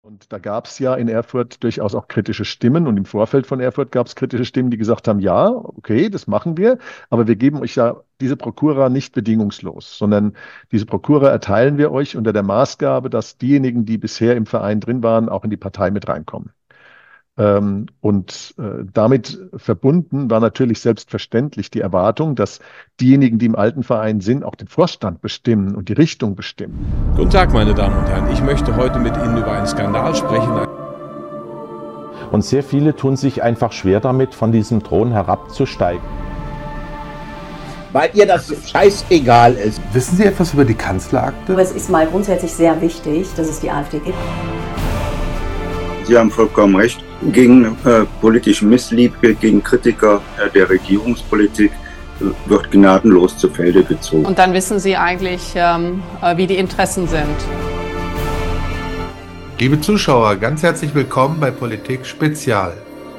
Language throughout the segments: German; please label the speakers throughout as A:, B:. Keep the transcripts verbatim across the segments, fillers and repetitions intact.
A: Und da gab es ja in Erfurt durchaus auch kritische Stimmen und im Vorfeld von Erfurt gab es kritische Stimmen, die gesagt haben, ja, okay, das machen wir, aber wir geben euch ja diese Prokura nicht bedingungslos, sondern diese Prokura erteilen wir euch unter der Maßgabe, dass diejenigen, die bisher im Verein drin waren, auch in die Partei mit reinkommen. Ähm, und äh, damit verbunden war natürlich selbstverständlich die Erwartung, dass diejenigen, die im alten Verein sind, auch den Vorstand bestimmen und die Richtung bestimmen.
B: Guten Tag, meine Damen und Herren. Ich möchte heute mit Ihnen über einen Skandal sprechen.
C: Und sehr viele tun sich einfach schwer damit, von diesem Thron herabzusteigen.
D: Weil ihr das scheißegal ist.
E: Wissen Sie etwas über die Kanzlerakte?
F: Aber es ist mal grundsätzlich sehr wichtig, dass es die AfD gibt.
G: Sie haben vollkommen recht. Gegen äh, politische Missliebe, gegen Kritiker äh, der Regierungspolitik äh, wird gnadenlos zu Felde gezogen.
H: Und dann wissen Sie eigentlich, ähm, äh, wie die Interessen sind.
E: Liebe Zuschauer, ganz herzlich willkommen bei Politik Spezial.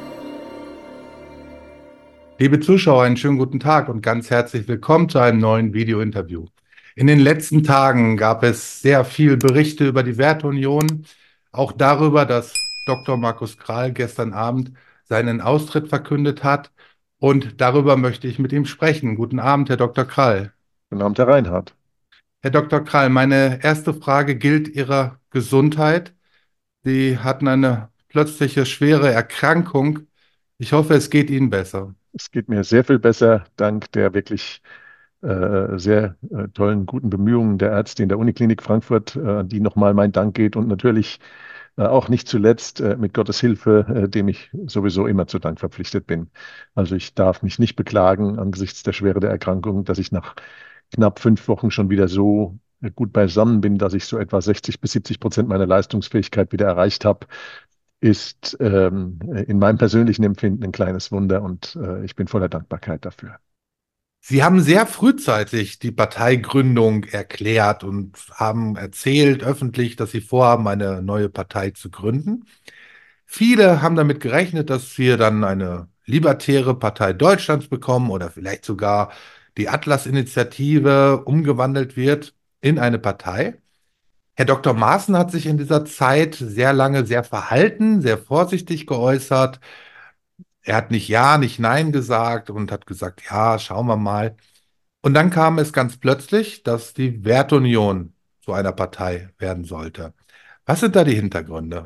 E: Liebe Zuschauer, einen schönen guten Tag und ganz herzlich willkommen zu einem neuen Video-Interview. In den letzten Tagen gab es sehr viel Berichte über die Werteunion, auch darüber, dass Doktor Markus Krall gestern Abend seinen Austritt verkündet hat, und darüber möchte ich mit ihm sprechen. Guten Abend, Herr Doktor Krall.
A: Guten Abend, Herr Reinhardt.
E: Herr Doktor Krall, meine erste Frage gilt Ihrer Gesundheit. Sie hatten eine plötzliche schwere Erkrankung. Ich hoffe, es geht Ihnen besser.
A: Es geht mir sehr viel besser, dank der wirklich äh, sehr äh, tollen, guten Bemühungen der Ärzte in der Uniklinik Frankfurt, äh, an die nochmal mein Dank geht, und natürlich äh, auch nicht zuletzt äh, mit Gottes Hilfe, äh, dem ich sowieso immer zu Dank verpflichtet bin. Also ich darf mich nicht beklagen angesichts der Schwere der Erkrankung, dass ich nach knapp fünf Wochen schon wieder so äh, gut beisammen bin, dass ich so etwa sechzig bis siebzig Prozent meiner Leistungsfähigkeit wieder erreicht habe, ist ähm, in meinem persönlichen Empfinden ein kleines Wunder, und äh, ich bin voller Dankbarkeit dafür.
E: Sie haben sehr frühzeitig die Parteigründung erklärt und haben erzählt öffentlich, dass Sie vorhaben, eine neue Partei zu gründen. Viele haben damit gerechnet, dass wir dann eine libertäre Partei Deutschlands bekommen oder vielleicht sogar die Atlas-Initiative umgewandelt wird in eine Partei. Herr Doktor Maaßen hat sich in dieser Zeit sehr lange sehr verhalten, sehr vorsichtig geäußert. Er hat nicht Ja, nicht Nein gesagt und hat gesagt, ja, schauen wir mal. Und dann kam es ganz plötzlich, dass die Werteunion zu einer Partei werden sollte. Was sind da die Hintergründe?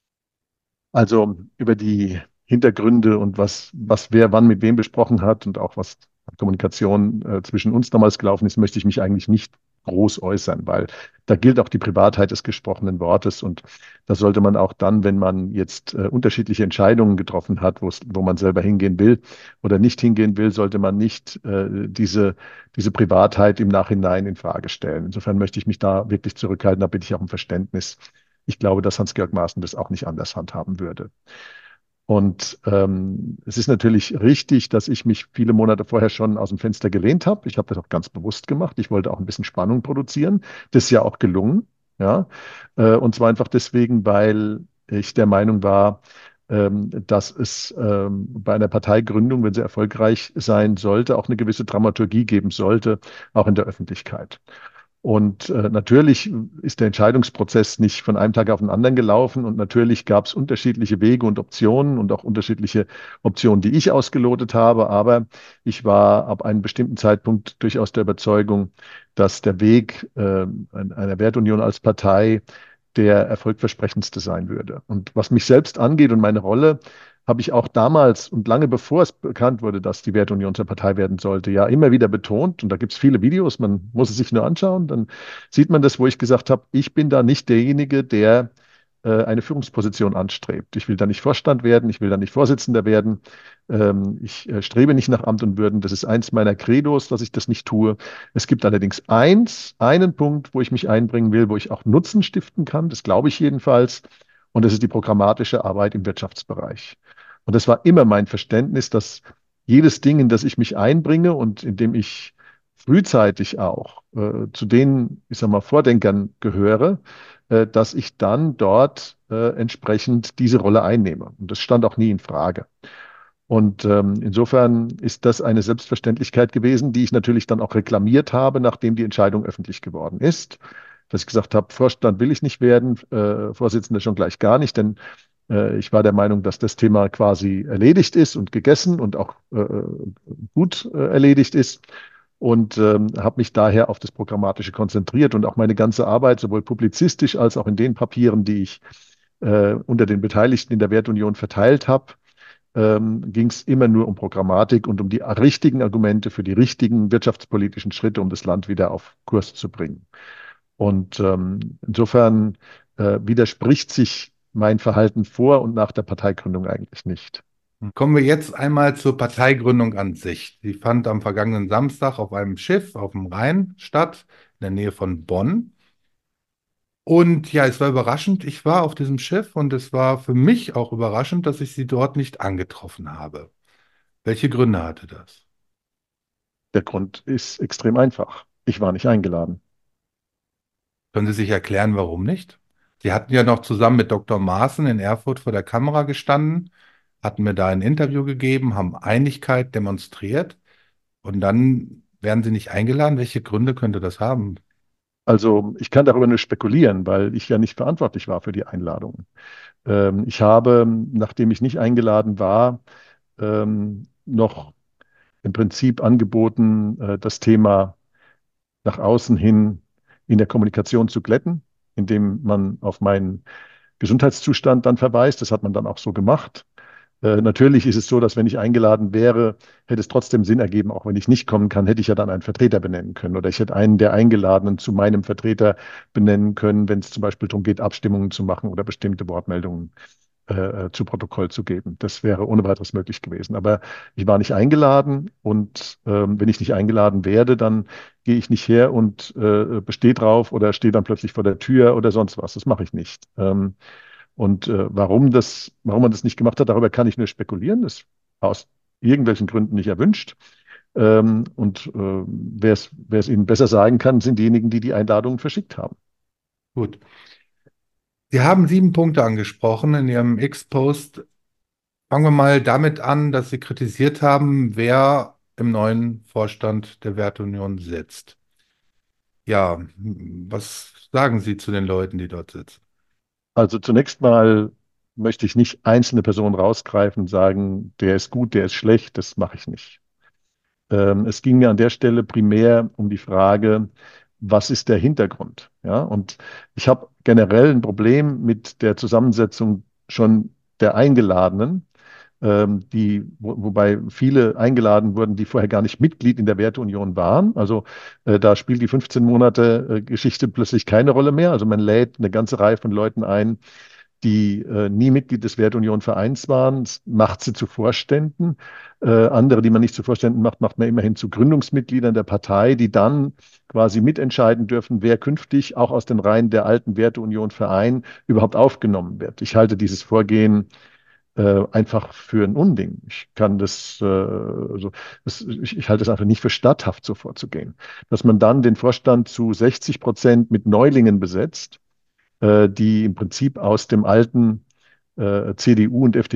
A: Also über die Hintergründe und was, was wer wann mit wem besprochen hat und auch was an Kommunikation äh, zwischen uns damals gelaufen ist, möchte ich mich eigentlich nicht groß äußern, weil da gilt auch die Privatheit des gesprochenen Wortes, und das sollte man auch dann, wenn man jetzt äh, unterschiedliche Entscheidungen getroffen hat, wo's, wo man selber hingehen will oder nicht hingehen will, sollte man nicht äh, diese, diese Privatheit im Nachhinein in Frage stellen. Insofern möchte ich mich da wirklich zurückhalten, da bitte ich auch um Verständnis. Ich glaube, dass Hans-Georg Maaßen das auch nicht anders handhaben würde. Und ähm, es ist natürlich richtig, dass ich mich viele Monate vorher schon aus dem Fenster gelehnt habe. Ich habe das auch ganz bewusst gemacht. Ich wollte auch ein bisschen Spannung produzieren. Das ist ja auch gelungen. Ja? Äh, und zwar einfach deswegen, weil ich der Meinung war, ähm, dass es ähm, bei einer Parteigründung, wenn sie erfolgreich sein sollte, auch eine gewisse Dramaturgie geben sollte, auch in der Öffentlichkeit. Und äh, natürlich ist der Entscheidungsprozess nicht von einem Tag auf den anderen gelaufen, und natürlich gab es unterschiedliche Wege und Optionen und auch unterschiedliche Optionen, die ich ausgelotet habe. Aber ich war ab einem bestimmten Zeitpunkt durchaus der Überzeugung, dass der Weg äh, einer Wertunion als Partei der erfolgversprechendste sein würde. Und was mich selbst angeht und meine Rolle, habe ich auch damals und lange bevor es bekannt wurde, dass die Werteunion zur Partei werden sollte, ja immer wieder betont, und da gibt es viele Videos, man muss es sich nur anschauen, dann sieht man das, wo ich gesagt habe, ich bin da nicht derjenige, der äh, eine Führungsposition anstrebt. Ich will da nicht Vorstand werden, ich will da nicht Vorsitzender werden, ähm, ich äh, strebe nicht nach Amt und Würden, das ist eins meiner Credos, dass ich das nicht tue. Es gibt allerdings eins, einen Punkt, wo ich mich einbringen will, wo ich auch Nutzen stiften kann, das glaube ich jedenfalls, und das ist die programmatische Arbeit im Wirtschaftsbereich. Und das war immer mein Verständnis, dass jedes Ding, in das ich mich einbringe und in dem ich frühzeitig auch äh, zu den, ich sag mal, Vordenkern gehöre, äh, dass ich dann dort äh, entsprechend diese Rolle einnehme. Und das stand auch nie in Frage. Und ähm, insofern ist das eine Selbstverständlichkeit gewesen, die ich natürlich dann auch reklamiert habe, nachdem die Entscheidung öffentlich geworden ist. dass ich gesagt habe, Vorstand will ich nicht werden, äh, Vorsitzender schon gleich gar nicht, denn äh, ich war der Meinung, dass das Thema quasi erledigt ist und gegessen und auch äh, gut äh, erledigt ist. Und ähm, habe mich daher auf das Programmatische konzentriert und auch meine ganze Arbeit, sowohl publizistisch als auch in den Papieren, die ich äh, unter den Beteiligten in der Wertunion verteilt habe, ähm, ging es immer nur um Programmatik und um die richtigen Argumente für die richtigen wirtschaftspolitischen Schritte, um das Land wieder auf Kurs zu bringen. Und ähm, insofern äh, widerspricht sich mein Verhalten vor und nach der Parteigründung eigentlich nicht.
E: Kommen wir jetzt einmal zur Parteigründung an sich. Die fand am vergangenen Samstag auf einem Schiff auf dem Rhein statt, in der Nähe von Bonn. Und ja, es war überraschend. Ich war auf diesem Schiff und es war für mich auch überraschend, dass ich Sie dort nicht angetroffen habe. Welche Gründe hatte das?
A: Der Grund ist extrem einfach. Ich war nicht eingeladen.
E: Können Sie sich erklären, warum nicht? Sie hatten ja noch zusammen mit Doktor Maaßen in Erfurt vor der Kamera gestanden, hatten mir da ein Interview gegeben, haben Einigkeit demonstriert und dann werden Sie nicht eingeladen. Welche Gründe könnte das haben?
A: Also ich kann darüber nur spekulieren, weil ich ja nicht verantwortlich war für die Einladung. Ähm, ich habe, nachdem ich nicht eingeladen war, ähm, noch im Prinzip angeboten, äh, das Thema nach außen hin in der Kommunikation zu glätten, indem man auf meinen Gesundheitszustand dann verweist. Das hat man dann auch so gemacht. Äh, natürlich ist es so, dass wenn ich eingeladen wäre, hätte es trotzdem Sinn ergeben, auch wenn ich nicht kommen kann, hätte ich ja dann einen Vertreter benennen können. Oder ich hätte einen der Eingeladenen zu meinem Vertreter benennen können, wenn es zum Beispiel darum geht, Abstimmungen zu machen oder bestimmte Wortmeldungen äh, zu Protokoll zu geben. Das wäre ohne weiteres möglich gewesen. Aber ich war nicht eingeladen und ähm, wenn ich nicht eingeladen werde, dann gehe ich nicht her und äh, bestehe drauf oder stehe dann plötzlich vor der Tür oder sonst was. Das mache ich nicht. Ähm, und äh, warum das, warum man das nicht gemacht hat, darüber kann ich nur spekulieren. Das ist aus irgendwelchen Gründen nicht erwünscht. Ähm, und äh, wer es, wer es Ihnen besser sagen kann, sind diejenigen, die die Einladungen verschickt haben.
E: Gut. Sie haben sieben Punkte angesprochen in Ihrem X-Post. Fangen wir mal damit an, dass Sie kritisiert haben, wer im neuen Vorstand der Werteunion sitzt. Ja, was sagen Sie zu den Leuten, die dort sitzen?
A: Also zunächst mal möchte ich nicht einzelne Personen rausgreifen und sagen, der ist gut, der ist schlecht, das mache ich nicht. Ähm, es ging mir an der Stelle primär um die Frage, was ist der Hintergrund? Ja, und ich habe generell ein Problem mit der Zusammensetzung schon der Eingeladenen, ähm, die, wo, wobei viele eingeladen wurden, die vorher gar nicht Mitglied in der Werteunion waren. Also äh, da spielt die fünfzehn Monate äh, Geschichte plötzlich keine Rolle mehr. Also man lädt eine ganze Reihe von Leuten ein, die äh, nie Mitglied des Werteunion-Vereins waren, macht sie zu Vorständen. Äh, andere, die man nicht zu Vorständen macht, macht man immerhin zu Gründungsmitgliedern der Partei, die dann quasi mitentscheiden dürfen, wer künftig auch aus den Reihen der alten Werteunion-Verein überhaupt aufgenommen wird. Ich halte dieses Vorgehen äh, einfach für ein Unding. Ich kann das, äh, also, das ich, ich halte es einfach nicht für statthaft, so vorzugehen. Dass man dann den Vorstand zu sechzig Prozent mit Neulingen besetzt, äh, die im Prinzip aus dem alten äh, C D U und F D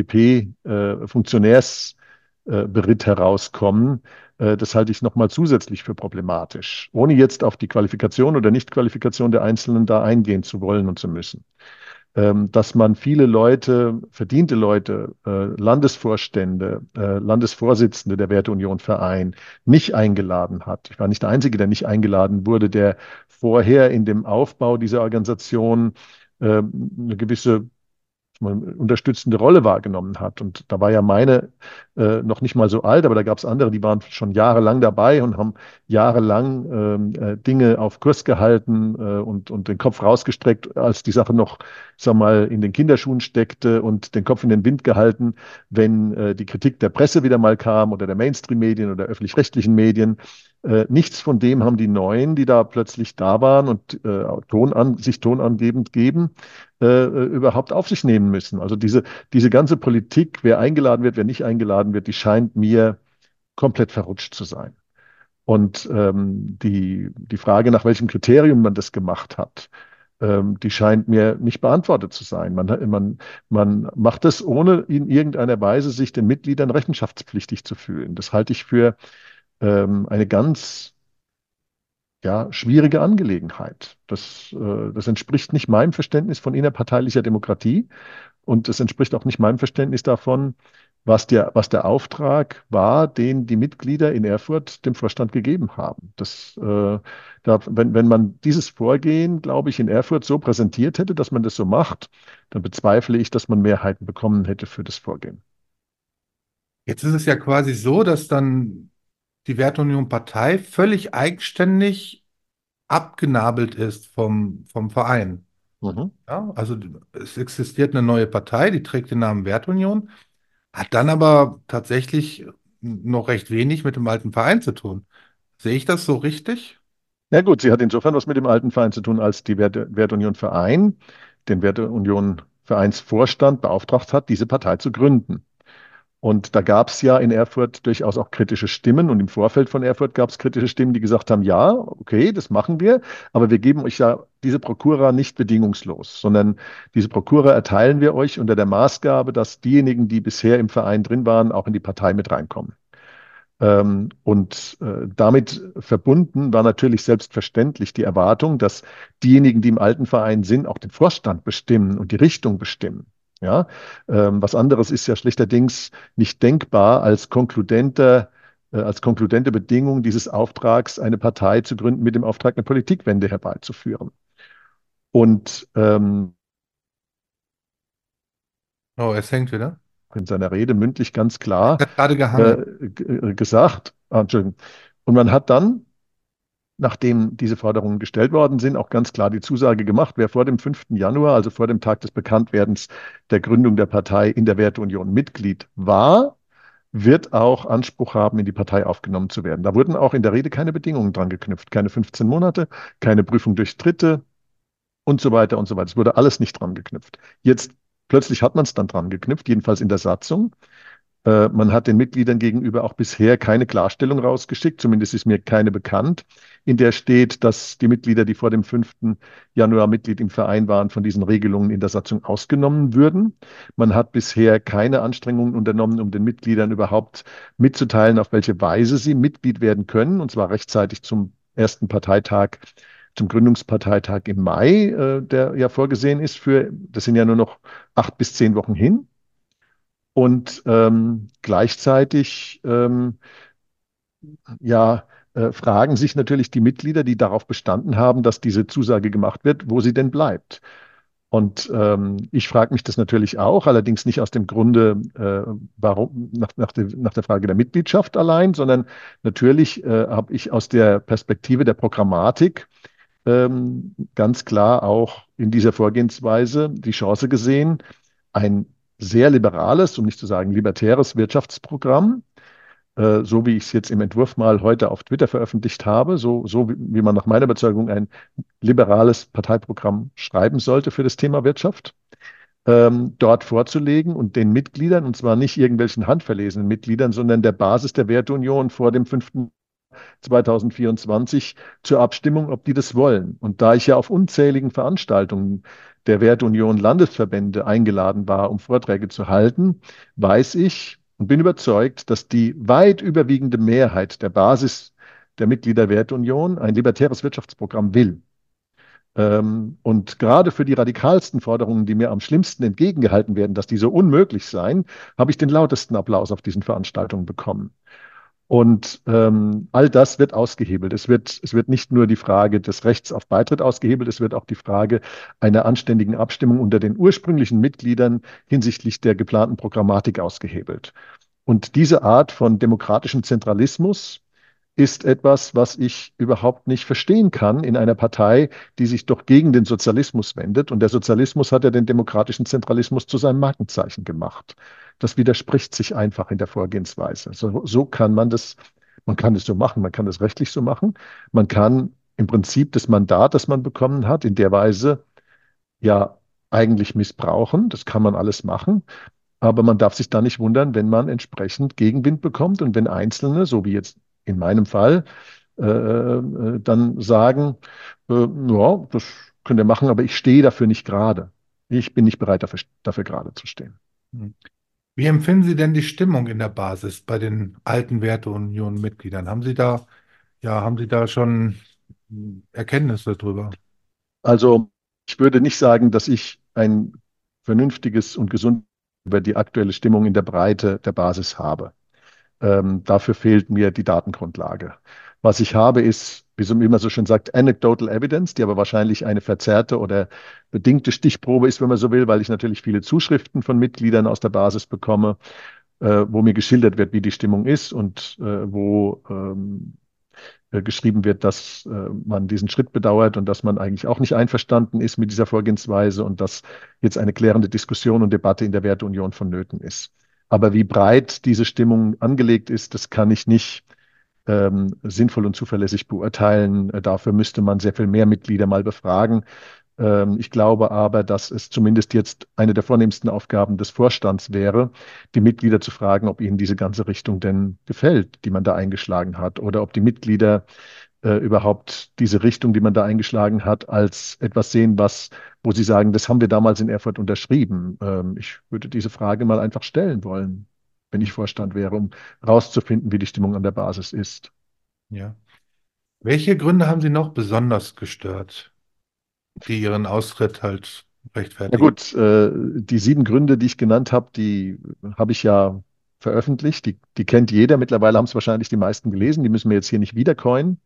A: P-Funktionärsberitt herauskommen, äh, das halte ich nochmal zusätzlich für problematisch, ohne jetzt auf die Qualifikation oder Nichtqualifikation der Einzelnen da eingehen zu wollen und zu müssen. Ähm, dass man viele Leute, verdiente Leute, äh, Landesvorstände, äh, Landesvorsitzende der Werteunion Verein nicht eingeladen hat. Ich war nicht der Einzige, der nicht eingeladen wurde, der vorher in dem Aufbau dieser Organisation äh, eine gewisse unterstützende Rolle wahrgenommen hat. Und da war ja meine äh, noch nicht mal so alt, aber da gab es andere, die waren schon jahrelang dabei und haben jahrelang ähm, äh, Dinge auf Kurs gehalten äh, und, und den Kopf rausgestreckt, als die Sache noch, sag mal, in den Kinderschuhen steckte und den Kopf in den Wind gehalten, wenn äh, die Kritik der Presse wieder mal kam oder der Mainstream-Medien oder öffentlich-rechtlichen Medien. Äh, nichts von dem haben die Neuen, die da plötzlich da waren und äh, Ton an, sich tonangebend geben, äh, überhaupt auf sich nehmen müssen. Also diese, diese ganze Politik, wer eingeladen wird, wer nicht eingeladen wird, die scheint mir komplett verrutscht zu sein. Und ähm, die, die Frage, nach welchem Kriterium man das gemacht hat, ähm, die scheint mir nicht beantwortet zu sein. Man, man, man macht es, ohne in irgendeiner Weise sich den Mitgliedern rechenschaftspflichtig zu fühlen. Das halte ich für ähm, eine ganz ja, schwierige Angelegenheit. Das, äh, das entspricht nicht meinem Verständnis von innerparteilicher Demokratie und es entspricht auch nicht meinem Verständnis davon, was der, was der Auftrag war, den die Mitglieder in Erfurt dem Vorstand gegeben haben. Das, äh, da, wenn, wenn man dieses Vorgehen, glaube ich, in Erfurt so präsentiert hätte, dass man das so macht, dann bezweifle ich, dass man Mehrheiten bekommen hätte für das Vorgehen.
E: Jetzt ist es ja quasi so, dass dann die Werteunion Partei völlig eigenständig abgenabelt ist vom, vom Verein.
A: Mhm.
E: Ja, also es existiert eine neue Partei, die trägt den Namen Wertunion, hat dann aber tatsächlich noch recht wenig mit dem alten Verein zu tun. Sehe ich das so richtig?
A: Na gut, sie hat insofern was mit dem alten Verein zu tun, als die Werte, Werteunion Verein den Werteunion Vereinsvorstand beauftragt hat, diese Partei zu gründen. Und da gab es ja in Erfurt durchaus auch kritische Stimmen. Und im Vorfeld von Erfurt gab es kritische Stimmen, die gesagt haben, ja, okay, das machen wir, aber wir geben euch ja diese Prokura nicht bedingungslos, sondern diese Prokura erteilen wir euch unter der Maßgabe, dass diejenigen, die bisher im Verein drin waren, auch in die Partei mit reinkommen. Ähm, und äh, damit verbunden war natürlich selbstverständlich die Erwartung, dass diejenigen, die im alten Verein sind, auch den Vorstand bestimmen und die Richtung bestimmen. Ja, ähm, was anderes ist ja schlechterdings nicht denkbar als konkludente, äh, als konkludente Bedingung dieses Auftrags, eine Partei zu gründen mit dem Auftrag, eine Politikwende herbeizuführen. Und ähm,
E: Oh, es hängt wieder.
A: in seiner Rede mündlich ganz klar
E: Hat gerade
A: äh,
E: gehangen.
A: g- gesagt, ah, Entschuldigung. Und man hat dann, nachdem diese Forderungen gestellt worden sind, auch ganz klar die Zusage gemacht, wer vor dem fünften Januar, also vor dem Tag des Bekanntwerdens der Gründung der Partei in der Werteunion Mitglied war, wird auch Anspruch haben, in die Partei aufgenommen zu werden. Da wurden auch in der Rede keine Bedingungen dran geknüpft, keine fünfzehn Monate, keine Prüfung durch Dritte und so weiter und so weiter. Es wurde alles nicht dran geknüpft. Jetzt plötzlich hat man es dann dran geknüpft, jedenfalls in der Satzung. Äh, Man hat den Mitgliedern gegenüber auch bisher keine Klarstellung rausgeschickt, zumindest ist mir keine bekannt, in der steht, dass die Mitglieder, die vor dem fünften Januar Mitglied im Verein waren, von diesen Regelungen in der Satzung ausgenommen würden. Man hat bisher keine Anstrengungen unternommen, um den Mitgliedern überhaupt mitzuteilen, auf welche Weise sie Mitglied werden können, und zwar rechtzeitig zum ersten Parteitag, zum Gründungsparteitag im Mai, äh, der ja vorgesehen ist für, das sind ja nur noch acht bis zehn Wochen hin. Und ähm, gleichzeitig ähm, ja, äh, fragen sich natürlich die Mitglieder, die darauf bestanden haben, dass diese Zusage gemacht wird, wo sie denn bleibt. Und ähm, ich frage mich das natürlich auch, allerdings nicht aus dem Grunde, äh, warum, nach, nach, der, nach der Frage der Mitgliedschaft allein, sondern natürlich äh, habe ich aus der Perspektive der Programmatik ähm, ganz klar auch in dieser Vorgehensweise die Chance gesehen, ein sehr liberales, um nicht zu sagen libertäres Wirtschaftsprogramm, äh, so wie ich es jetzt im Entwurf mal heute auf Twitter veröffentlicht habe, so, so wie, wie man nach meiner Überzeugung ein liberales Parteiprogramm schreiben sollte für das Thema Wirtschaft, ähm, dort vorzulegen und den Mitgliedern, und zwar nicht irgendwelchen handverlesenen Mitgliedern, sondern der Basis der Werteunion vor dem fünften zweitausendvierundzwanzig zur Abstimmung, ob die das wollen. Und da ich ja auf unzähligen Veranstaltungen der Werteunion Landesverbände eingeladen war, um Vorträge zu halten, weiß ich und bin überzeugt, dass die weit überwiegende Mehrheit der Basis der Mitglieder der Werteunion ein libertäres Wirtschaftsprogramm will. Ähm, und gerade für die radikalsten Forderungen, die mir am schlimmsten entgegengehalten werden, dass die so unmöglich seien, habe ich den lautesten Applaus auf diesen Veranstaltungen bekommen. Und ähm, all das wird ausgehebelt. Es wird, es wird nicht nur die Frage des Rechts auf Beitritt ausgehebelt, es wird auch die Frage einer anständigen Abstimmung unter den ursprünglichen Mitgliedern hinsichtlich der geplanten Programmatik ausgehebelt. Und diese Art von demokratischem Zentralismus ist etwas, was ich überhaupt nicht verstehen kann in einer Partei, die sich doch gegen den Sozialismus wendet. Und der Sozialismus hat ja den demokratischen Zentralismus zu seinem Markenzeichen gemacht. Das widerspricht sich einfach in der Vorgehensweise. So, so kann man das, man kann es so machen, man kann das rechtlich so machen. Man kann im Prinzip das Mandat, das man bekommen hat, in der Weise ja eigentlich missbrauchen. Das kann man alles machen. Aber man darf sich da nicht wundern, wenn man entsprechend Gegenwind bekommt und wenn Einzelne, so wie jetzt in meinem Fall, äh, äh, dann sagen, äh, ja, das könnt ihr machen, aber ich stehe dafür nicht gerade. Ich bin nicht bereit, dafür, dafür gerade zu stehen.
E: Wie empfinden Sie denn die Stimmung in der Basis bei den alten Werteunion-Mitgliedern? Haben Sie da, ja, haben Sie da schon Erkenntnisse darüber?
A: Also ich würde nicht sagen, dass ich ein vernünftiges und gesundes über die aktuelle Stimmung in der Breite der Basis habe. Ähm, dafür fehlt mir die Datengrundlage. Was ich habe, ist, wie so- wie man so schön sagt, anecdotal evidence, die aber wahrscheinlich eine verzerrte oder bedingte Stichprobe ist, wenn man so will, weil ich natürlich viele Zuschriften von Mitgliedern aus der Basis bekomme, äh, wo mir geschildert wird, wie die Stimmung ist und äh, wo ähm, äh, geschrieben wird, dass äh, man diesen Schritt bedauert und dass man eigentlich auch nicht einverstanden ist mit dieser Vorgehensweise und dass jetzt eine klärende Diskussion und Debatte in der Werteunion vonnöten ist. Aber wie breit diese Stimmung angelegt ist, das kann ich nicht ähm, sinnvoll und zuverlässig beurteilen. Äh, Dafür müsste man sehr viel mehr Mitglieder mal befragen. Ähm, ich glaube aber, dass es zumindest jetzt eine der vornehmsten Aufgaben des Vorstands wäre, die Mitglieder zu fragen, ob ihnen diese ganze Richtung denn gefällt, die man da eingeschlagen hat, oder ob die Mitglieder äh, überhaupt diese Richtung, die man da eingeschlagen hat, als etwas sehen, was, wo sie sagen, das haben wir damals in Erfurt unterschrieben. Ähm, ich würde diese Frage mal einfach stellen wollen, wenn ich Vorstand wäre, um herauszufinden, wie die Stimmung an der Basis ist.
E: Ja. Welche Gründe haben Sie noch besonders gestört, die Ihren Austritt halt
A: Na
E: rechtfertigen?
A: gut, äh, die sieben Gründe, die ich genannt habe, die habe ich ja veröffentlicht. Die, die kennt jeder. Mittlerweile haben es wahrscheinlich die meisten gelesen. Die müssen wir jetzt hier nicht wiedercoinen.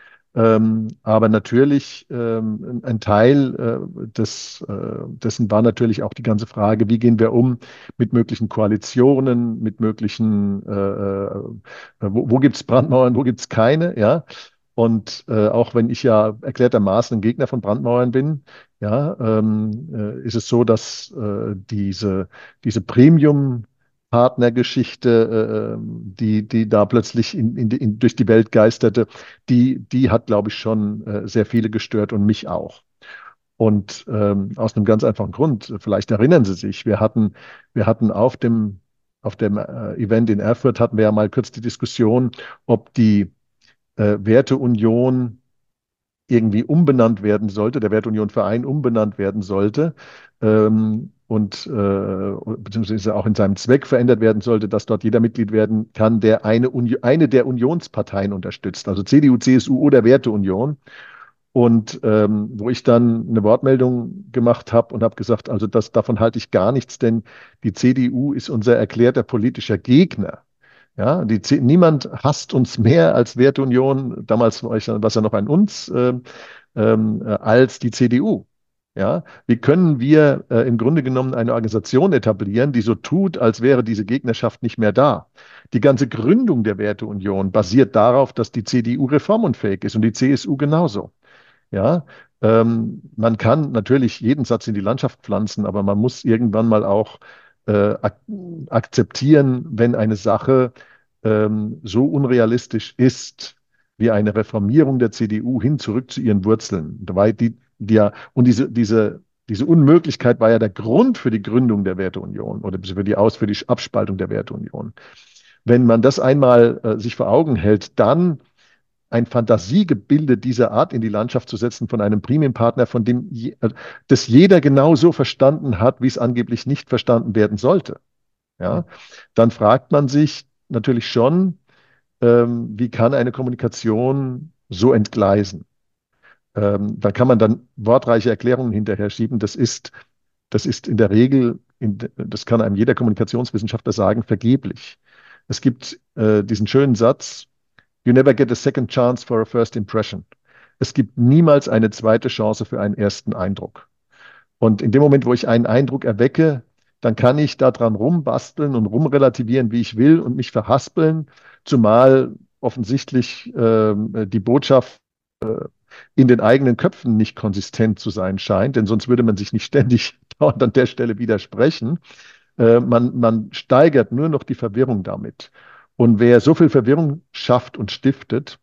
A: Ähm, aber natürlich ähm, ein ein Teil äh, des, äh, dessen war natürlich auch die ganze Frage, wie gehen wir um mit möglichen Koalitionen, mit möglichen, äh, äh, wo, wo gibt es Brandmauern, wo gibt es keine, ja. Und äh, auch wenn ich ja erklärtermaßen ein Gegner von Brandmauern bin, ja, ähm, äh, ist es so, dass äh, diese, diese Premium- Partnergeschichte, äh, die, die da plötzlich in, in, die- in, durch die Welt geisterte, die, die hat, glaube ich, schon äh, sehr viele gestört und mich auch. Und ähm, aus einem ganz einfachen Grund, vielleicht erinnern Sie sich, wir hatten, wir hatten auf dem, auf dem äh, Event in Erfurt hatten wir ja mal kurz die Diskussion, ob die äh, Werteunion irgendwie umbenannt werden sollte, der Werteunion Verein umbenannt werden sollte ähm, und äh, beziehungsweise auch in seinem Zweck verändert werden sollte, dass dort jeder Mitglied werden kann, der eine, Uni eine der Unionsparteien unterstützt, also C D U, C S U oder Werteunion. Und ähm, wo ich dann eine Wortmeldung gemacht habe und habe gesagt, also das, davon halte ich gar nichts, denn die C D U ist unser erklärter politischer Gegner. Ja, die, C- niemand hasst uns mehr als Werteunion, damals war ich, was ja noch ein uns, ähm, ähm, äh, als die C D U. Ja, wie können wir äh, im Grunde genommen eine Organisation etablieren, die so tut, als wäre diese Gegnerschaft nicht mehr da? Die ganze Gründung der Werteunion basiert darauf, dass die C D U reformunfähig ist und die C S U genauso. Ja, ähm, man kann natürlich jeden Satz in die Landschaft pflanzen, aber man muss irgendwann mal auch äh, ak akzeptieren, wenn eine Sache ähm, so unrealistisch ist wie eine Reformierung der C D U hin zurück zu ihren Wurzeln. Dabei die, die ja, und diese, diese, diese Unmöglichkeit war ja der Grund für die Gründung der Werteunion oder für die Aus, für die Abspaltung der Werteunion. Wenn man das einmal äh, sich vor Augen hält, dann ein Fantasiegebilde dieser Art in die Landschaft zu setzen von einem Premium-Partner, von dem je, äh, das jeder genauso verstanden hat, wie es angeblich nicht verstanden werden sollte. Ja, dann fragt man sich natürlich schon, ähm, wie kann eine Kommunikation so entgleisen? Ähm, da kann man dann wortreiche Erklärungen hinterher schieben. Das ist, das ist in der Regel, in, das kann einem jeder Kommunikationswissenschaftler sagen, vergeblich. Es gibt äh, diesen schönen Satz, You never get a second chance for a first impression. Es gibt niemals eine zweite Chance für einen ersten Eindruck. Und in dem Moment, wo ich einen Eindruck erwecke, dann kann ich daran rumbasteln und rumrelativieren, wie ich will und mich verhaspeln, zumal offensichtlich ähm, die Botschaft in den eigenen Köpfen nicht konsistent zu sein scheint, denn sonst würde man sich nicht ständig dauernd an der Stelle widersprechen. Äh, man, man steigert nur noch die Verwirrung damit. Und wer so viel Verwirrung schafft und stiftet,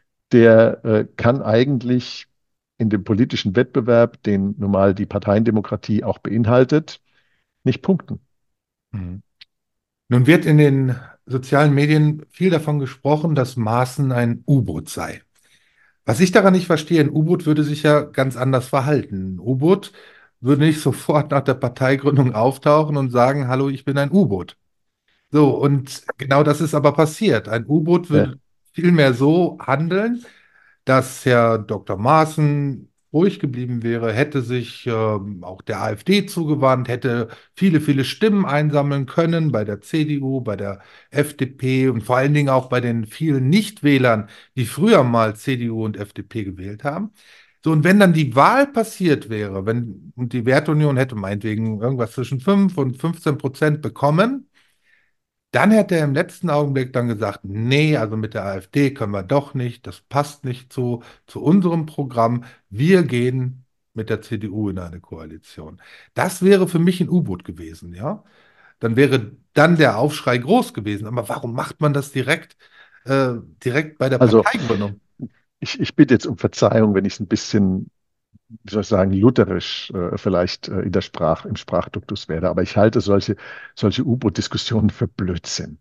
A: der äh, kann eigentlich in dem politischen Wettbewerb, den nun mal die Parteiendemokratie auch beinhaltet, nicht punkten.
E: Mhm. Nun wird in den sozialen Medien viel davon gesprochen, dass Maaßen ein U-Boot sei. Was ich daran nicht verstehe, ein U-Boot würde sich ja ganz anders verhalten. Ein U-Boot würde nicht sofort nach der Parteigründung auftauchen und sagen, hallo, ich bin ein U-Boot. So, und genau das ist aber passiert. Ein U-Boot
A: Ja.
E: würde vielmehr so handeln, dass Herr Doktor Maaßen ruhig geblieben wäre, hätte sich ähm, auch der AfD zugewandt, hätte viele, viele Stimmen einsammeln können bei der C D U, bei der F D P und vor allen Dingen auch bei den vielen Nichtwählern, die früher mal C D U und F D P gewählt haben. So, und wenn dann die Wahl passiert wäre, wenn, und die Werteunion hätte meinetwegen irgendwas zwischen fünf und fünfzehn Prozent bekommen, dann hätte er im letzten Augenblick dann gesagt, nee, also mit der AfD können wir doch nicht, das passt nicht zu, zu unserem Programm. Wir gehen mit der C D U in eine Koalition. Das wäre für mich ein U-Boot gewesen, ja. Dann wäre dann der Aufschrei groß gewesen. Aber warum macht man das direkt, äh, direkt bei der
A: Also
E: Parteigründung?
A: ich, ich bitte jetzt um Verzeihung, wenn ich es ein bisschen, wie soll ich sagen, lutherisch äh, vielleicht äh, in der Sprach, im Sprachduktus werde, aber ich halte solche, solche U-Boot-Diskussionen für Blödsinn.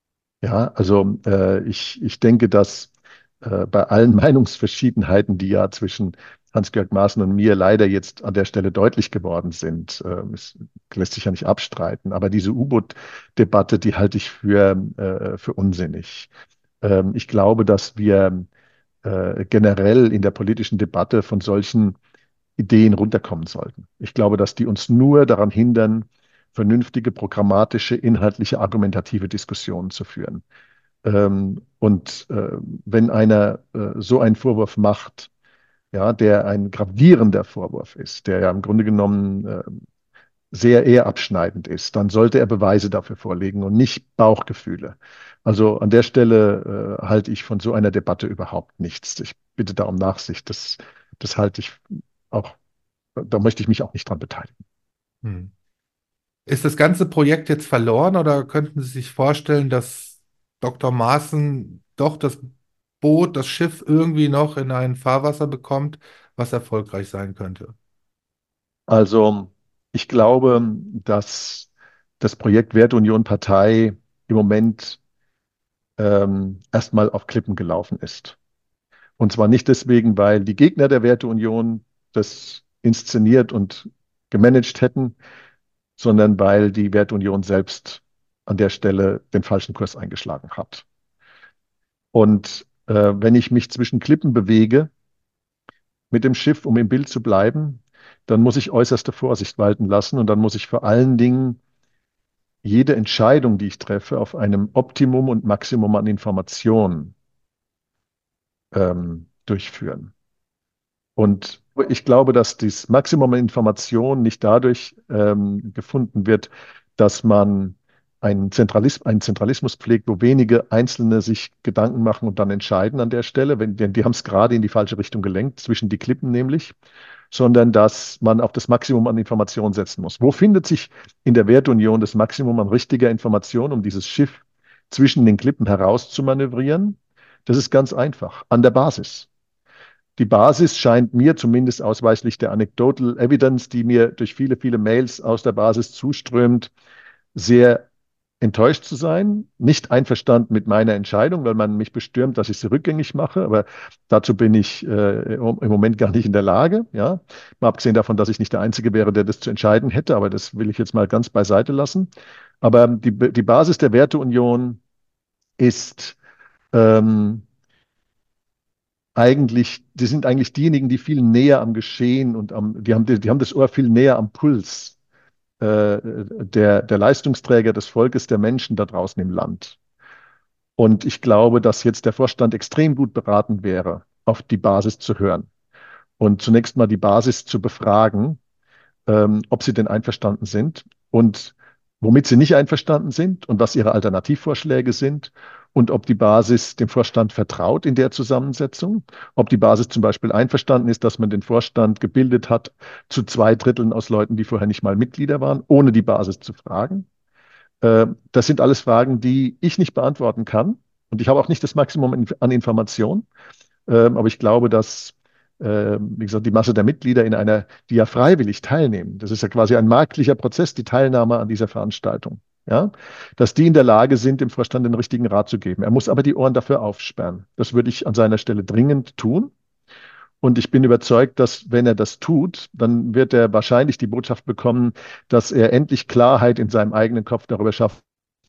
A: Ja, also äh, ich, ich denke, dass äh, bei allen Meinungsverschiedenheiten, die ja zwischen Hans-Georg Maaßen und mir leider jetzt an der Stelle deutlich geworden sind, äh, es lässt sich ja nicht abstreiten, aber diese U-Boot-Debatte, die halte ich für, äh, für unsinnig. Ähm, ich glaube, dass wir äh, generell in der politischen Debatte von solchen Ideen runterkommen sollten. Ich glaube, dass die uns nur daran hindern, vernünftige, programmatische, inhaltliche, argumentative Diskussionen zu führen. Ähm, und äh, wenn einer äh, so einen Vorwurf macht, ja, der ein gravierender Vorwurf ist, der ja im Grunde genommen äh, sehr eher abschneidend ist, dann sollte er Beweise dafür vorlegen und nicht Bauchgefühle. Also an der Stelle äh, halte ich von so einer Debatte überhaupt nichts. Ich bitte da um Nachsicht. Das, das halte ich auch, da möchte ich mich auch nicht dran beteiligen.
E: Hm. Ist das ganze Projekt jetzt verloren oder könnten Sie sich vorstellen, dass Doktor Maaßen doch das Boot, das Schiff irgendwie noch in ein Fahrwasser bekommt, was erfolgreich sein könnte?
A: Also ich glaube, dass das Projekt Werteunion Partei im Moment ähm, erstmal auf Klippen gelaufen ist. Und zwar nicht deswegen, weil die Gegner der Werteunion das inszeniert und gemanagt hätten, sondern weil die Werteunion selbst an der Stelle den falschen Kurs eingeschlagen hat. Und äh, wenn ich mich zwischen Klippen bewege mit dem Schiff, um im Bild zu bleiben, dann muss ich äußerste Vorsicht walten lassen und dann muss ich vor allen Dingen jede Entscheidung, die ich treffe, auf einem Optimum und Maximum an Informationen ähm, durchführen. Und ich glaube, dass das Maximum an Information nicht dadurch ähm, gefunden wird, dass man einen, Zentralis einen Zentralismus pflegt, wo wenige Einzelne sich Gedanken machen und dann entscheiden an der Stelle, wenn, denn die haben es gerade in die falsche Richtung gelenkt, zwischen die Klippen nämlich, sondern dass man auf das Maximum an Information setzen muss. Wo findet sich in der Werteunion das Maximum an richtiger Information, um dieses Schiff zwischen den Klippen heraus zu manövrieren? Das ist ganz einfach, an der Basis. Die Basis scheint mir zumindest ausweislich der Anecdotal Evidence, die mir durch viele, viele Mails aus der Basis zuströmt, sehr enttäuscht zu sein, nicht einverstanden mit meiner Entscheidung, weil man mich bestürmt, dass ich sie rückgängig mache, aber dazu bin ich äh, im Moment gar nicht in der Lage. Ja? Mal abgesehen davon, dass ich nicht der Einzige wäre, der das zu entscheiden hätte, aber das will ich jetzt mal ganz beiseite lassen. Aber die, die Basis der Werteunion ist ähm, eigentlich, die sind eigentlich diejenigen, die viel näher am Geschehen und am, die haben, die haben das Ohr viel näher am Puls äh, der, der Leistungsträger des Volkes, der Menschen da draußen im Land. Und ich glaube, dass jetzt der Vorstand extrem gut beraten wäre, auf die Basis zu hören und zunächst mal die Basis zu befragen, ähm, ob sie denn einverstanden sind und womit sie nicht einverstanden sind und was ihre Alternativvorschläge sind und ob die Basis dem Vorstand vertraut in der Zusammensetzung, ob die Basis zum Beispiel einverstanden ist, dass man den Vorstand gebildet hat zu zwei Dritteln aus Leuten, die vorher nicht mal Mitglieder waren, ohne die Basis zu fragen. Äh, das sind alles Fragen, die ich nicht beantworten kann und ich habe auch nicht das Maximum an Informationen. Ähm, aber ich glaube, dass, äh, wie gesagt, die Masse der Mitglieder in einer, die ja freiwillig teilnehmen, das ist ja quasi ein marktlicher Prozess, die Teilnahme an dieser Veranstaltung, ja, dass die in der Lage sind, dem Vorstand den richtigen Rat zu geben. Er muss aber die Ohren dafür aufsperren. Das würde ich an seiner Stelle dringend tun. Und ich bin überzeugt, dass wenn er das tut, dann wird er wahrscheinlich die Botschaft bekommen, dass er endlich Klarheit in seinem eigenen Kopf darüber schafft,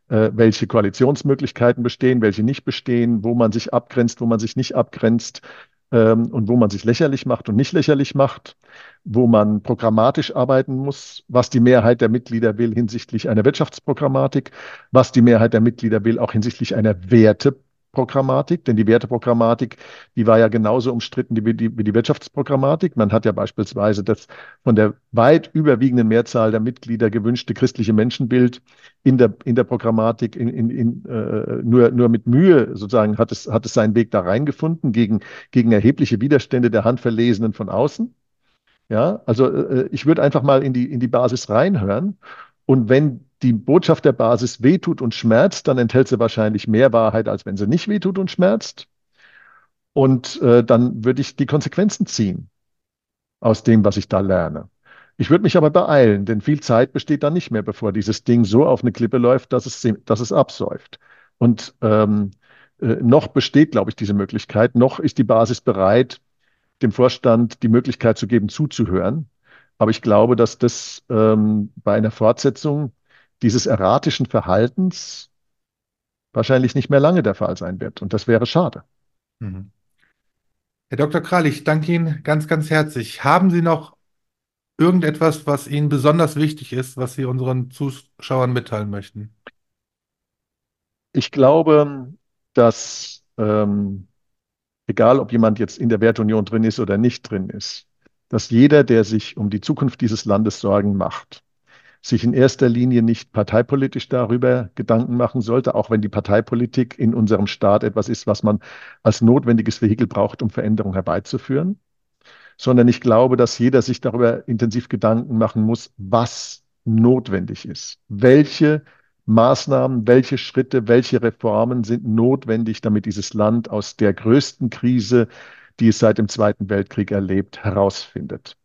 A: äh, welche Koalitionsmöglichkeiten bestehen, welche nicht bestehen, wo man sich abgrenzt, wo man sich nicht abgrenzt, ähm, und wo man sich lächerlich macht und nicht lächerlich macht, wo man programmatisch arbeiten muss, was die Mehrheit der Mitglieder will hinsichtlich einer Wirtschaftsprogrammatik, was die Mehrheit der Mitglieder will auch hinsichtlich einer Werteprogrammatik, denn die Werteprogrammatik, die war ja genauso umstritten wie die, wie die Wirtschaftsprogrammatik. Man hat ja beispielsweise das von der weit überwiegenden Mehrzahl der Mitglieder gewünschte christliche Menschenbild in der, in der Programmatik in, in, in, äh, nur, nur mit Mühe sozusagen hat es, hat es seinen Weg da reingefunden gegen, gegen erhebliche Widerstände der Handverlesenen von außen. Ja, also äh, ich würde einfach mal in die, in die Basis reinhören. Und wenn die Botschaft der Basis wehtut und schmerzt, dann enthält sie wahrscheinlich mehr Wahrheit, als wenn sie nicht wehtut und schmerzt. Und äh, dann würde ich die Konsequenzen ziehen aus dem, was ich da lerne. Ich würde mich aber beeilen, denn viel Zeit besteht dann nicht mehr, bevor dieses Ding so auf eine Klippe läuft, dass es, dass es absäuft. Und ähm, äh, noch besteht, glaube ich, diese Möglichkeit, noch ist die Basis bereit, dem Vorstand die Möglichkeit zu geben, zuzuhören. Aber ich glaube, dass das ähm, bei einer Fortsetzung dieses erratischen Verhaltens wahrscheinlich nicht mehr lange der Fall sein wird. Und das wäre schade.
E: Mhm. Herr Doktor Kral, ich danke Ihnen ganz, ganz herzlich. Haben Sie noch irgendetwas, was Ihnen besonders wichtig ist, was Sie unseren Zuschauern mitteilen möchten?
A: Ich glaube, dass ähm, egal ob jemand jetzt in der Werteunion drin ist oder nicht drin ist, dass jeder, der sich um die Zukunft dieses Landes Sorgen macht, sich in erster Linie nicht parteipolitisch darüber Gedanken machen sollte, auch wenn die Parteipolitik in unserem Staat etwas ist, was man als notwendiges Vehikel braucht, um Veränderungen herbeizuführen, sondern ich glaube, dass jeder sich darüber intensiv Gedanken machen muss, was notwendig ist. Welche Maßnahmen, welche Schritte, welche Reformen sind notwendig, damit dieses Land aus der größten Krise, die es seit dem Zweiten Weltkrieg erlebt, herausfindet.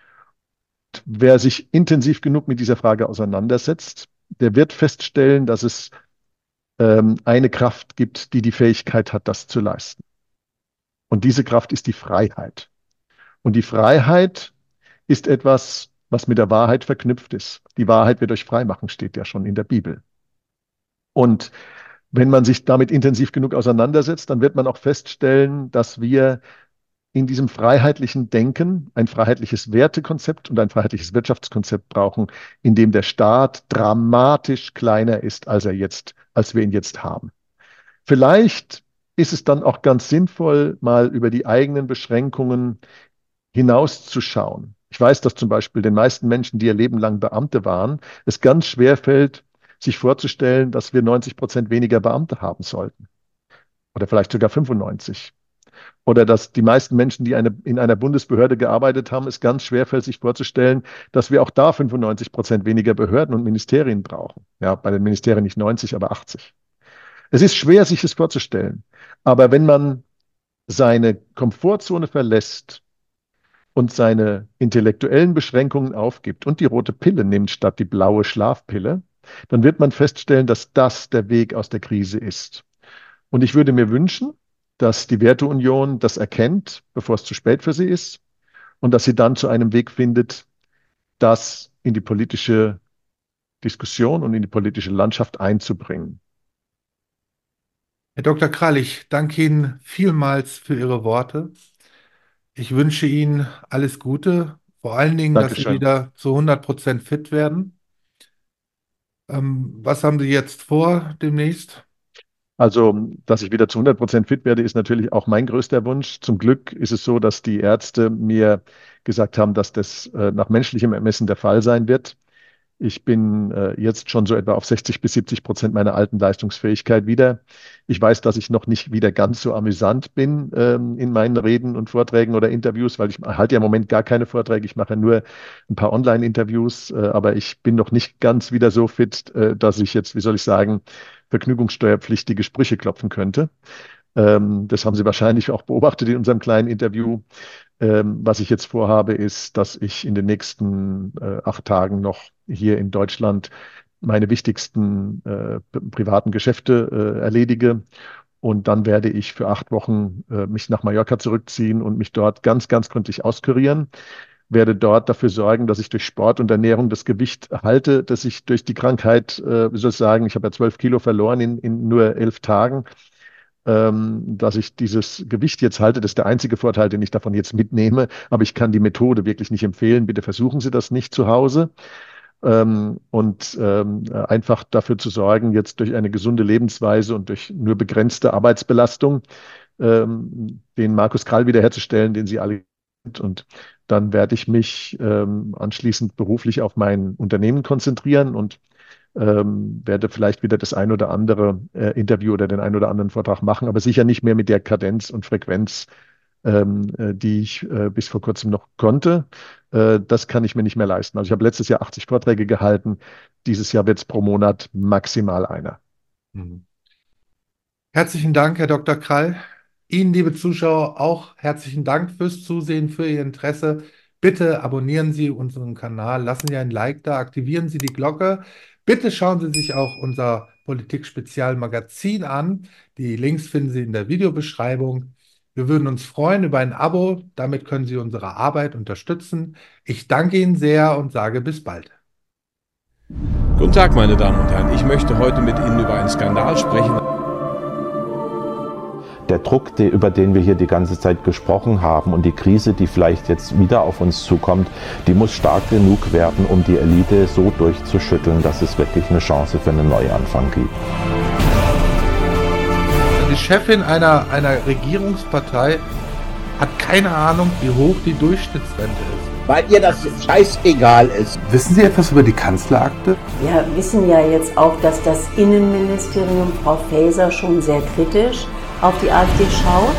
A: Wer sich intensiv genug mit dieser Frage auseinandersetzt, der wird feststellen, dass es ähm, eine Kraft gibt, die die Fähigkeit hat, das zu leisten. Und diese Kraft ist die Freiheit. Und die Freiheit ist etwas, was mit der Wahrheit verknüpft ist. Die Wahrheit wird euch frei machen, steht ja schon in der Bibel. Und wenn man sich damit intensiv genug auseinandersetzt, dann wird man auch feststellen, dass wir in diesem freiheitlichen Denken ein freiheitliches Wertekonzept und ein freiheitliches Wirtschaftskonzept brauchen, in dem der Staat dramatisch kleiner ist, als er jetzt, als wir ihn jetzt haben. Vielleicht ist es dann auch ganz sinnvoll, mal über die eigenen Beschränkungen hinauszuschauen. Ich weiß, dass zum Beispiel den meisten Menschen, die ihr Leben lang Beamte waren, es ganz schwer fällt, sich vorzustellen, dass wir neunzig Prozent weniger Beamte haben sollten. Oder vielleicht sogar fünfundneunzig. Oder dass die meisten Menschen, die eine, in einer Bundesbehörde gearbeitet haben, es ganz schwer fällt, sich vorzustellen, dass wir auch da fünfundneunzig Prozent weniger Behörden und Ministerien brauchen. Ja, bei den Ministerien nicht neunzig, aber achtzig. Es ist schwer, sich das vorzustellen. Aber wenn man seine Komfortzone verlässt und seine intellektuellen Beschränkungen aufgibt und die rote Pille nimmt statt die blaue Schlafpille, dann wird man feststellen, dass das der Weg aus der Krise ist. Und ich würde mir wünschen, dass die Werteunion das erkennt, bevor es zu spät für sie ist, und dass sie dann zu einem Weg findet, das in die politische Diskussion und in die politische Landschaft einzubringen.
E: Herr Doktor Kral, ich danke Ihnen vielmals für Ihre Worte. Ich wünsche Ihnen alles Gute, vor allen Dingen, dass Sie
A: Dankeschön.
E: wieder zu hundert Prozent fit werden. Ähm, was haben Sie jetzt vor demnächst?
A: Also, dass ich wieder zu hundert Prozent fit werde, ist natürlich auch mein größter Wunsch. Zum Glück ist es so, dass die Ärzte mir gesagt haben, dass das äh, nach menschlichem Ermessen der Fall sein wird. Ich bin äh, jetzt schon so etwa auf sechzig bis siebzig Prozent meiner alten Leistungsfähigkeit wieder. Ich weiß, dass ich noch nicht wieder ganz so amüsant bin ähm, in meinen Reden und Vorträgen oder Interviews, weil ich halte ja im Moment gar keine Vorträge. Ich mache nur ein paar Online-Interviews, äh, aber ich bin noch nicht ganz wieder so fit, äh, dass ich jetzt, wie soll ich sagen, vergnügungssteuerpflichtige Sprüche klopfen könnte. Ähm, das haben Sie wahrscheinlich auch beobachtet in unserem kleinen Interview. Ähm, was ich jetzt vorhabe, ist, dass ich in den nächsten äh, acht Tagen noch hier in Deutschland meine wichtigsten äh, privaten Geschäfte äh, erledige. Und dann werde ich für acht Wochen äh, mich nach Mallorca zurückziehen und mich dort ganz, ganz gründlich auskurieren. werde dort dafür sorgen, dass ich durch Sport und Ernährung das Gewicht halte, dass ich durch die Krankheit, äh, wie soll ich sagen, ich habe ja zwölf Kilo verloren in, in nur elf Tagen, ähm, dass ich dieses Gewicht jetzt halte. Das ist der einzige Vorteil, den ich davon jetzt mitnehme. Aber ich kann die Methode wirklich nicht empfehlen. Bitte versuchen Sie das nicht zu Hause. Ähm, und ähm, einfach dafür zu sorgen, jetzt durch eine gesunde Lebensweise und durch nur begrenzte Arbeitsbelastung, ähm, den Markus Krall wiederherzustellen, den Sie alle kennt. Und dann werde ich mich ähm, anschließend beruflich auf mein Unternehmen konzentrieren und ähm, werde vielleicht wieder das ein oder andere äh, Interview oder den ein oder anderen Vortrag machen, aber sicher nicht mehr mit der Kadenz und Frequenz, ähm, äh, die ich äh, bis vor kurzem noch konnte. Äh, das kann ich mir nicht mehr leisten. Also ich habe letztes Jahr achtzig Vorträge gehalten. Dieses Jahr wird es pro Monat maximal einer.
E: Mhm. Herzlichen Dank, Herr Doktor Krall. Ihnen, liebe Zuschauer, auch herzlichen Dank fürs Zusehen, für Ihr Interesse. Bitte abonnieren Sie unseren Kanal, lassen Sie ein Like da, aktivieren Sie die Glocke. Bitte schauen Sie sich auch unser Politik-Spezial-Magazin an. Die Links finden Sie in der Videobeschreibung. Wir würden uns freuen über ein Abo. Damit können Sie unsere Arbeit unterstützen. Ich danke Ihnen sehr und sage bis bald.
B: Guten Tag, meine Damen und Herren. Ich möchte heute mit Ihnen über einen Skandal sprechen.
C: Der Druck, der, über den wir hier die ganze Zeit gesprochen haben und die Krise, die vielleicht jetzt wieder auf uns zukommt, die muss stark genug werden, um die Elite so durchzuschütteln, dass es wirklich eine Chance für einen Neuanfang gibt.
E: Die Chefin einer, einer Regierungspartei hat keine Ahnung, wie hoch die Durchschnittsrente ist.
D: Weil ihr das scheißegal ist.
E: Wissen Sie etwas über die Kanzlerakte?
F: Wir wissen ja jetzt auch, dass das Innenministerium, Frau Faeser, schon sehr kritisch auf die AfD schaut.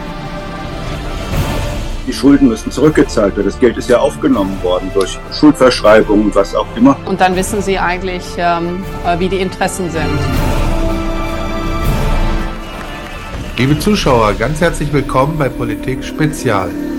G: Die Schulden müssen zurückgezahlt werden. Das Geld ist ja aufgenommen worden durch Schuldverschreibungen und was auch immer.
H: Und dann wissen Sie eigentlich, ähm, wie die Interessen sind.
E: Liebe Zuschauer, ganz herzlich willkommen bei Politik Spezial.